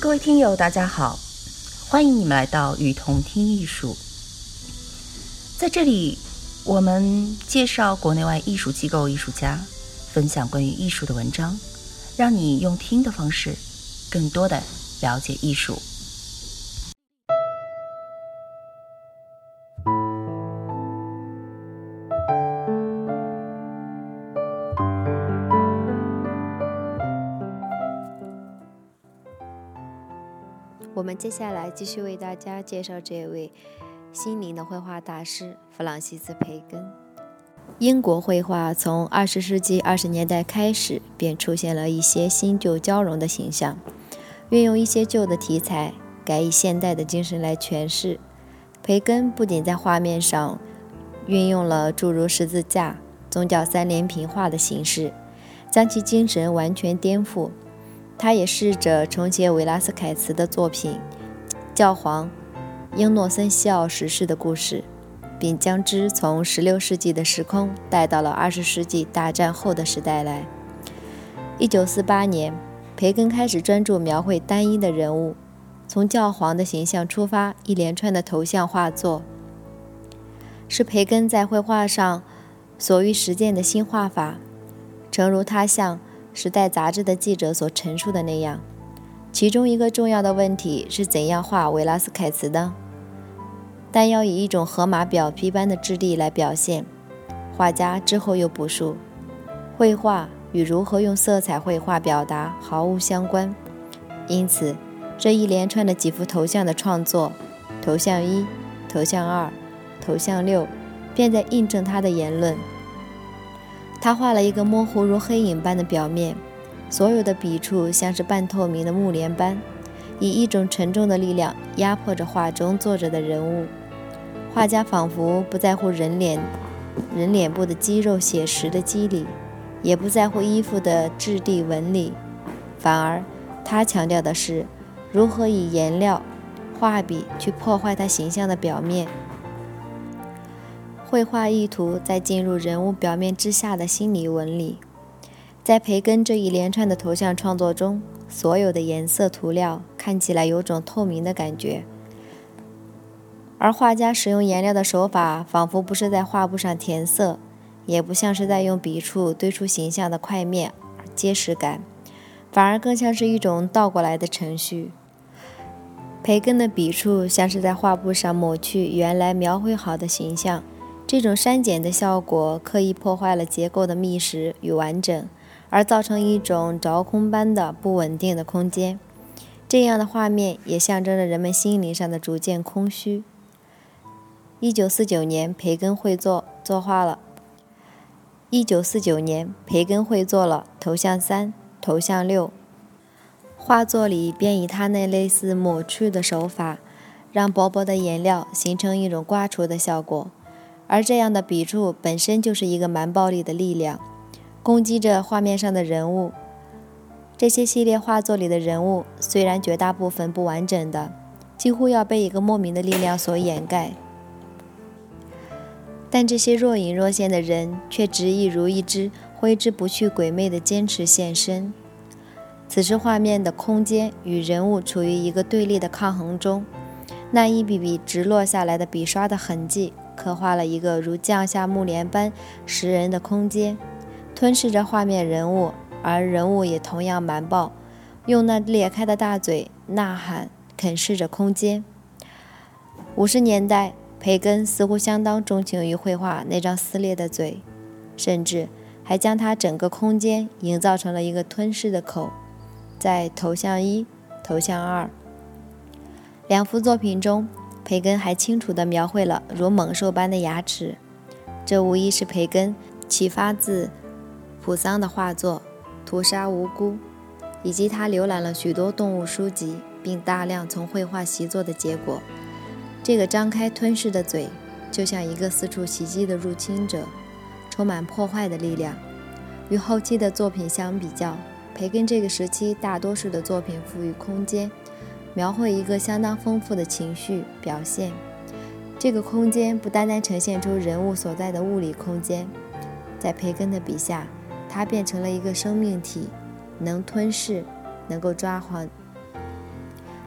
各位听友大家好，欢迎你们来到雨桐听艺术。在这里我们介绍国内外艺术机构艺术家，分享关于艺术的文章，让你用听的方式更多的了解艺术。 我们接下来继续为大家介绍这位心灵的绘画大师弗朗西斯·培根。英国绘画从20世纪20年代开始便出现了一些新旧交融的形象，运用一些旧的题材，改以现代的精神来诠释。培根不仅在画面上运用了诸如十字架、宗教三连屏画的形式，将其精神完全颠覆。他也试着重写维拉斯凯茨的作品《教皇英诺森西奥十世的故事》，并将之从16世纪的时空带到了20世纪大战后的时代来。1948年，培根开始专注描绘单一的人物，从教皇的形象出发，一连串的头像画作，是培根在绘画上所欲实践的新画法。诚如他向《时代》杂志的记者所陈述的那样，其中一个重要的问题是怎样画维拉斯凯茨的，但要以一种河马表皮般的质地来表现。画家之后又补述，绘画与如何用色彩绘画表达毫无相关，因此这一连串的几幅头像的创作，头像1、头像2、头像6，便在印证他的言论。他画了一个模糊如黑影般的表面，所有的笔触像是半透明的木帘般，以一种沉重的力量压迫着画中坐着的人物。画家仿佛不在乎人脸部的肌肉写实的肌理，也不在乎衣服的质地纹理，反而他强调的是如何以颜料、画笔去破坏他形象的表面。绘画意图在进入人物表面之下的心理纹理。在培根这一连串的头像创作中，所有的颜色涂料看起来有种透明的感觉，而画家使用颜料的手法仿佛不是在画布上填色，也不像是在用笔触堆出形象的块面而结实感，反而更像是一种倒过来的程序。培根的笔触像是在画布上抹去原来描绘好的形象，这种删减的效果刻意破坏了结构的密实与完整，而造成一种着空般的不稳定的空间。这样的画面也象征着人们心灵上的逐渐空虚。1949年，培根绘作了头像3、头像6，画作里便以他那类似抹去的手法，让薄薄的颜料形成一种刮除的效果。而这样的笔触本身就是一个蛮暴力的力量，攻击着画面上的人物。这些系列画作里的人物虽然绝大部分不完整的，几乎要被一个莫名的力量所掩盖，但这些若隐若现的人却执意如一只挥之不去鬼魅的坚持现身。此时画面的空间与人物处于一个对立的抗衡中，那一笔笔直落下来的笔刷的痕迹刻画了一个如降下木帘般食人的空间，吞噬着画面人物，而人物也同样蛮暴，用那裂开的大嘴呐喊啃噬着空间。50年代，培根似乎相当钟情于绘画那张撕裂的嘴，甚至还将它整个空间营造成了一个吞噬的口。在头像1、头像2两幅作品中，培根还清楚地描绘了如猛兽般的牙齿，这无疑是培根启发自普桑的画作《屠杀无辜》，以及他浏览了许多动物书籍并大量从绘画习作的结果。这个张开吞噬的嘴就像一个四处袭击的入侵者，充满破坏的力量。与后期的作品相比较，培根这个时期大多数的作品赋予空间，描绘一个相当丰富的情绪表现。这个空间不单单呈现出人物所在的物理空间，在培根的笔下，它变成了一个生命体，能吞噬，能够抓环，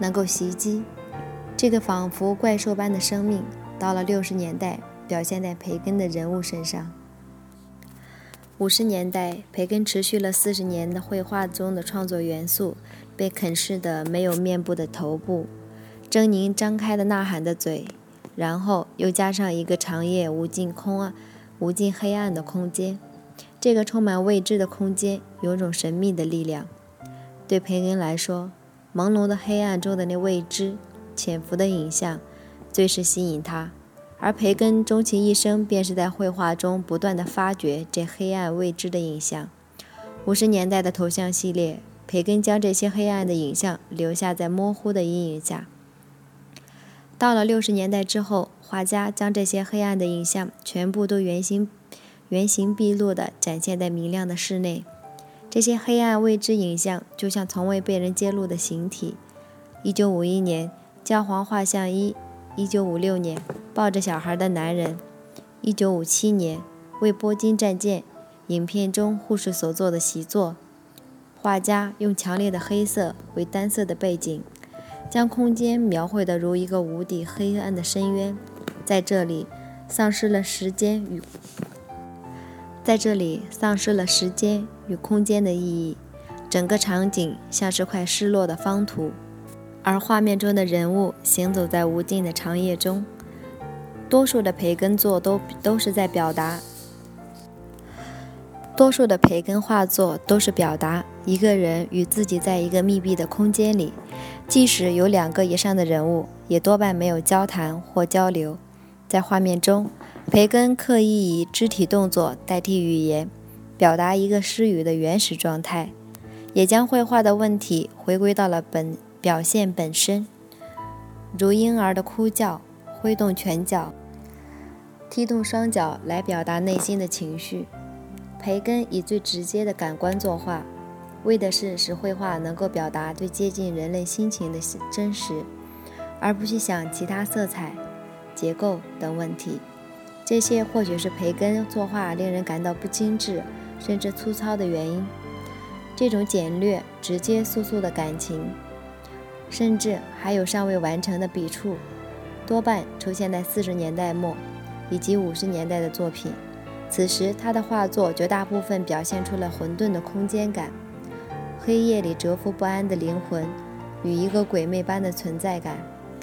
能够袭击。这个仿佛怪兽般的生命，到了60年代表现在培根的人物身上。50年代，培根持续了40年的绘画中的创作元素，被啃噬的没有面部的头部，狰狞张开的呐喊的嘴，然后又加上一个长夜无尽黑暗的空间。这个充满未知的空间有种神秘的力量。对培根来说，朦胧的黑暗中的那未知潜伏的影像最是吸引他，而培根终其一生便是在绘画中不断地发掘这黑暗未知的影像。50年代的头像系列，培根将这些黑暗的影像留下在模糊的阴影下。到了60年代之后，画家将这些黑暗的影像全部都原形毕露地展现在明亮的室内。这些黑暗未知影像就像从未被人揭露的形体。1951年，教皇画像1；1956年，抱着小孩的男人；1957年，为波金战舰影片中护士所做的习作。画家用强烈的黑色为单色的背景，将空间描绘得如一个无底黑暗的深渊，在这里丧失了时间与空间的意义，整个场景像是块失落的方图，而画面中的人物行走在无尽的长夜中。多数的培根画作都是表达一个人与自己在一个密闭的空间里，即使有2个以上的人物，也多半没有交谈或交流。在画面中，培根刻意以肢体动作代替语言，表达一个失语的原始状态，也将绘画的问题回归到了表现本身，如婴儿的哭叫、挥动拳脚、踢动双脚来表达内心的情绪。培根以最直接的感官作画，为的是使绘画能够表达最接近人类心情的真实，而不去想其他色彩、结构等问题。这些或许是培根作画令人感到不精致甚至粗糙的原因。这种简略、直接诉说的感情，甚至还有尚未完成的笔触，多半出现在40年代末以及50年代的作品。此时他的画作绝大部分表现出了混沌的空间感，黑夜里蛰伏不安的灵魂与一个鬼魅般的存在感。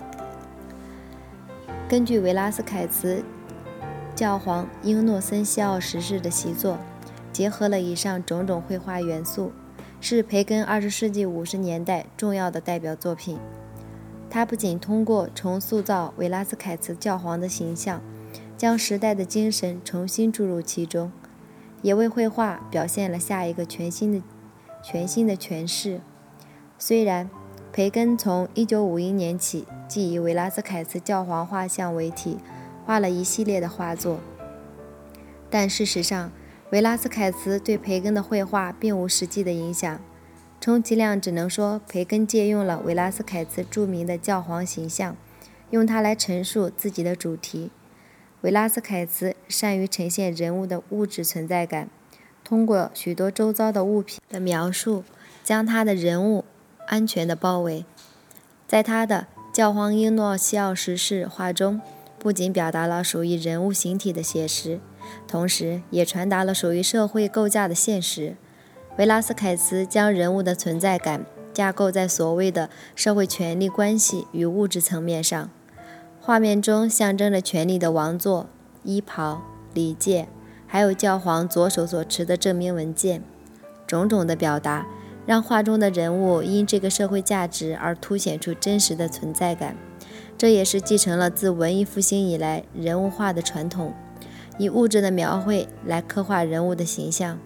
根据维拉斯凯茨教皇英诺森西奥十世的习作，结合了以上种种绘画元素，是培根20世纪50年代重要的代表作品。他不仅通过重塑造维拉斯凯茨教皇的形象，将时代的精神重新注入其中，也为绘画表现了下一个全新的诠释。虽然培根从1951年起即以维拉斯凯茨教皇画像为题画了一系列的画作，但事实上维拉斯凯茨对培根的绘画并无实际的影响，充其量只能说培根借用了维拉斯凯茨著名的教皇形象，用它来陈述自己的主题。维拉斯凯茨善于呈现人物的物质存在感，通过许多周遭的物品的描述，将他的人物安全地包围。在他的教皇英诺西奥十世画中，不仅表达了属于人物形体的写实，同时也传达了属于社会构架的现实。维拉斯凯茨将人物的存在感架构在所谓的社会权力关系与物质层面上。画面中象征着权力的王座、衣袍、礼戒，还有教皇左手所持的证明文件，种种的表达让画中的人物因这个社会价值而凸显出真实的存在感。这也是继承了自文艺复兴以来人物画的传统，以物质的描绘来刻画人物的形象。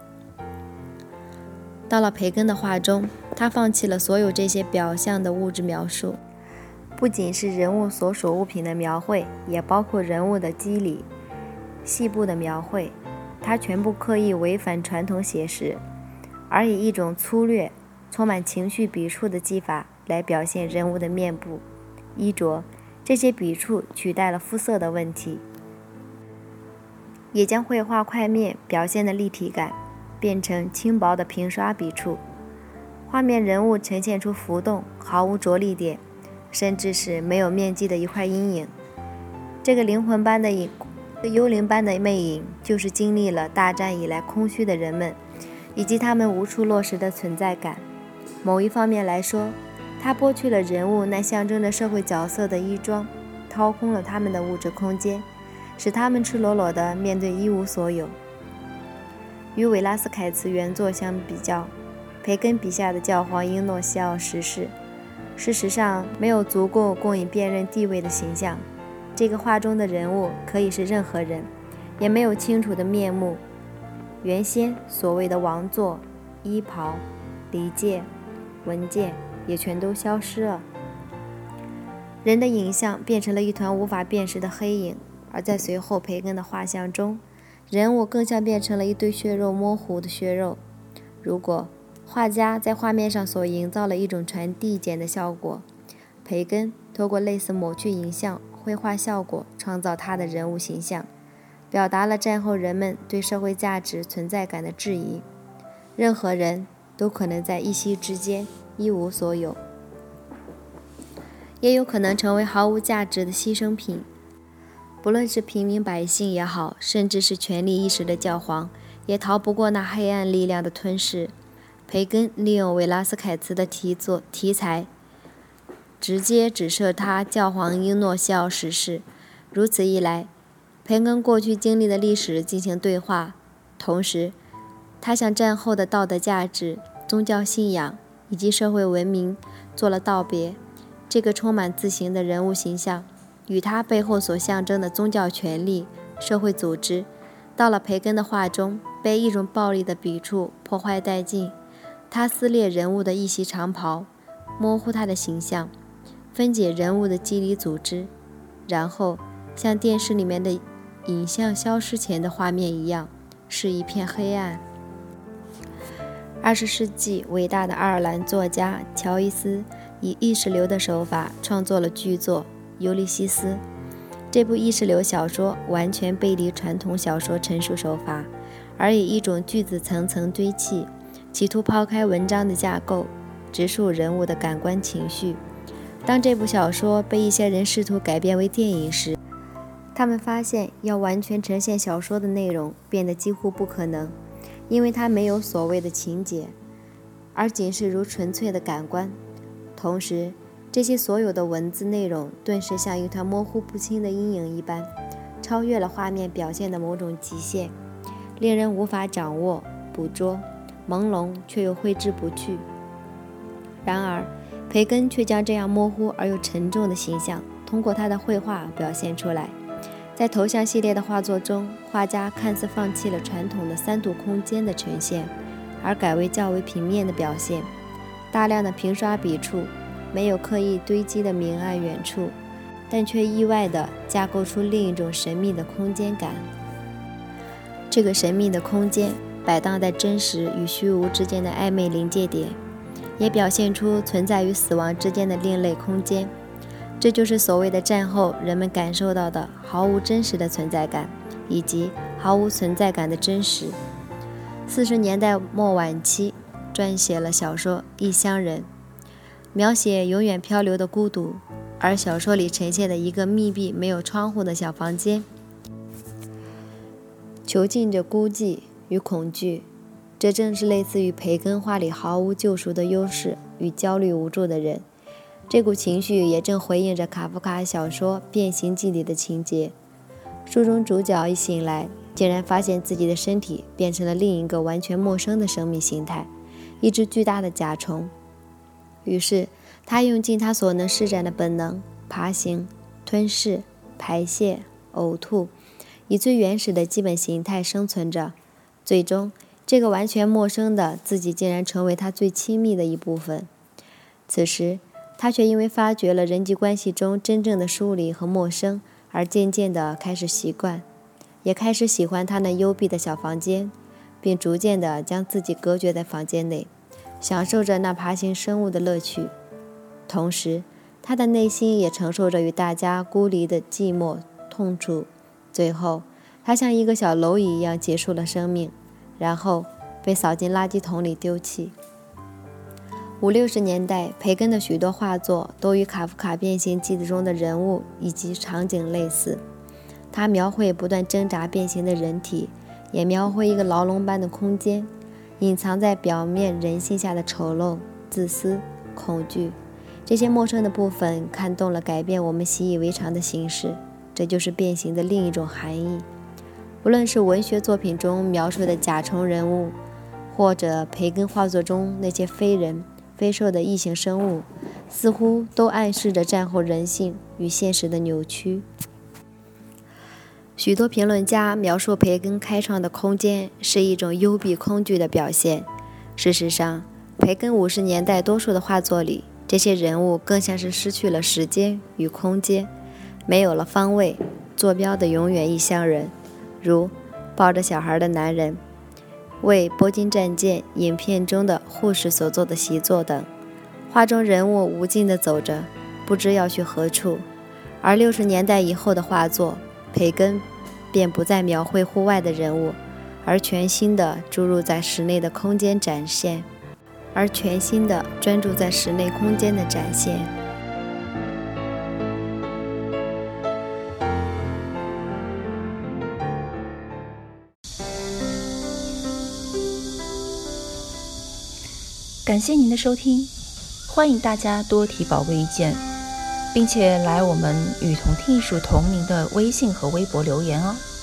到了培根的画中，他放弃了所有这些表象的物质描述，不仅是人物所属物品的描绘，也包括人物的肌理、细部的描绘，他全部刻意违反传统写实，而以一种粗略、充满情绪笔触的技法来表现人物的面部、衣着。这些笔触取代了肤色的问题，也将绘画块面表现的立体感变成轻薄的平刷笔触。 画面人物呈现出浮动，毫无着力点，甚至是没有面积的一块阴影。这个灵魂般的幽灵般的魅影，就是经历了大战以来空虚的人们，以及他们无处落实的存在感。某一方面来说，它剥去了人物那象征着社会角色的衣装，掏空了他们的物质空间，使他们赤裸裸地面对一无所有。与韦拉斯凯茨原作相比较，培根笔下的教皇英诺西奥十世，事实上没有足够供以辨认地位的形象。这个画中的人物可以是任何人，也没有清楚的面目。原先所谓的王座、衣袍、礼戒、文件也全都消失了，人的影像变成了一团无法辨识的黑影。而在随后培根的画像中，人物更像变成了一堆血肉模糊的血肉。如果画家在画面上所营造了一种传递简的效果，培根透过类似抹去影像绘画效果创造他的人物形象，表达了战后人们对社会价值存在感的质疑。任何人都可能在一夕之间一无所有，也有可能成为毫无价值的牺牲品。不论是平民百姓也好，甚至是权力一时的教皇，也逃不过那黑暗力量的吞噬。培根利用韦拉斯凯茨的题材，直接指涉他教皇英诺西奥十世。如此一来，培根过去经历的历史进行对话，同时他向战后的道德价值、宗教信仰以及社会文明做了道别。这个充满自省的人物形象，与他背后所象征的宗教权力、社会组织，到了培根的画中被一种暴力的笔触破坏殆尽。他撕裂人物的一袭长袍，模糊他的形象，分解人物的肌理组织，然后像电视里面的影像消失前的画面一样，是一片黑暗。20世纪伟大的爱尔兰作家乔伊斯以意识流的手法创作了巨作《尤利西斯》。这部意识流小说完全背离传统小说陈述手法，而以一种句子层层堆砌，企图抛开文章的架构，直述人物的感官情绪。当这部小说被一些人试图改编为电影时，他们发现要完全呈现小说的内容变得几乎不可能，因为它没有所谓的情节，而仅是如纯粹的感官。同时，这些所有的文字内容顿时像一团模糊不清的阴影一般，超越了画面表现的某种极限，令人无法掌握、捕捉，朦胧却又挥之不去。然而，培根却将这样模糊而又沉重的形象通过他的绘画表现出来。在头像系列的画作中，画家看似放弃了传统的3度空间的呈现，而改为较为平面的表现。大量的平刷笔触，没有刻意堆积的明暗远处，但却意外地架构出另一种神秘的空间感。这个神秘的空间摆荡在真实与虚无之间的暧昧临界点，也表现出存在于死亡之间的另类空间。这就是所谓的战后人们感受到的毫无真实的存在感，以及毫无存在感的真实。40年代末晚期撰写了小说《异乡人》，描写永远漂流的孤独，而小说里呈现的一个密闭没有窗户的小房间，囚禁着孤寂与恐惧。这正是类似于培根画里毫无救赎的优势与焦虑无助的人。这股情绪也正回应着卡夫卡小说《变形记》里的情节。书中主角一醒来，竟然发现自己的身体变成了另一个完全陌生的生命形态，一只巨大的甲虫。于是他用尽他所能施展的本能，爬行、吞噬、排泄、呕吐，以最原始的基本形态生存着。最终，这个完全陌生的自己竟然成为他最亲密的一部分。此时他却因为发觉了人际关系中真正的疏离和陌生，而渐渐地开始习惯，也开始喜欢他那幽闭的小房间，并逐渐地将自己隔绝在房间内，享受着那爬行生物的乐趣。同时，他的内心也承受着与大家孤立的寂寞痛楚。最后，他像一个小蝼蚁一样结束了生命，然后被扫进垃圾桶里丢弃。 50、60年代，培根的许多画作都与卡夫卡《变形记》中的人物以及场景类似。他描绘不断挣扎变形的人体，也描绘一个牢笼般的空间，隐藏在表面人性下的丑陋、自私、恐惧。这些陌生的部分看动了改变我们习以为常的形式，这就是变形的另一种含义。无论是文学作品中描述的甲虫人物，或者培根画作中那些非人非兽的异形生物，似乎都暗示着战后人性与现实的扭曲。许多评论家描述培根开创的空间是一种幽闭空惧的表现。事实上，培根50年代多数的画作里，这些人物更像是失去了时间与空间，没有了方位、坐标的永远异乡人，如抱着小孩的男人、为波金战舰影片中的护士所做的习作等。画中人物无尽地走着，不知要去何处。而60年代以后的画作，培根便不再描绘户外的人物，而全新的注入在室内的空间展现，专注在室内空间的展现。 感谢您的收听，欢迎大家多提宝贵意见，并且来我们与同听艺术同名的微信和微博留言哦。